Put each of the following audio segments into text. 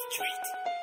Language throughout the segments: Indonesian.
Street.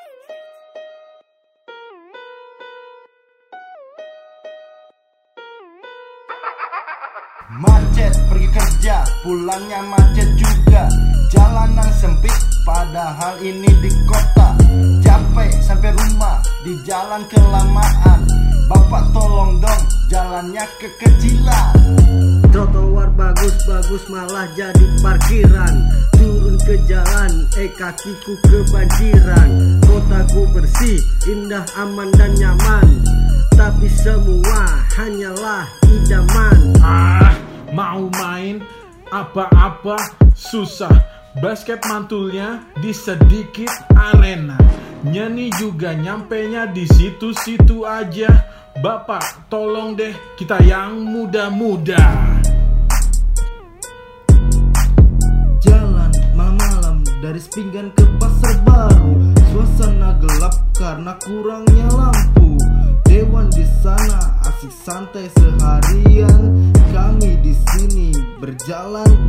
Macet pergi kerja, pulangnya macet juga. Jalanan sempit, padahal ini di kota. Capek sampai rumah, di jalan kelamaan. Bapak tolong dong, jalannya kekecilan. Trotoar bagus-bagus malah jadi parkiran. Turun ke jalan, kakiku kebanjiran. Kotaku bersih, indah, aman dan nyaman. Tapi semua hanyalah idaman. Mau main apa-apa susah. Basket mantulnya di sedikit arena. Nyanyi juga nyampenya di situ-situ aja. Bapak tolong deh kita yang muda-muda. Jalan malam-malam dari Sepinggan ke Pasar Baru. Suasana gelap karena kurangnya lampu. Dewan di sana asik santai seharian. Kami di sini berjalan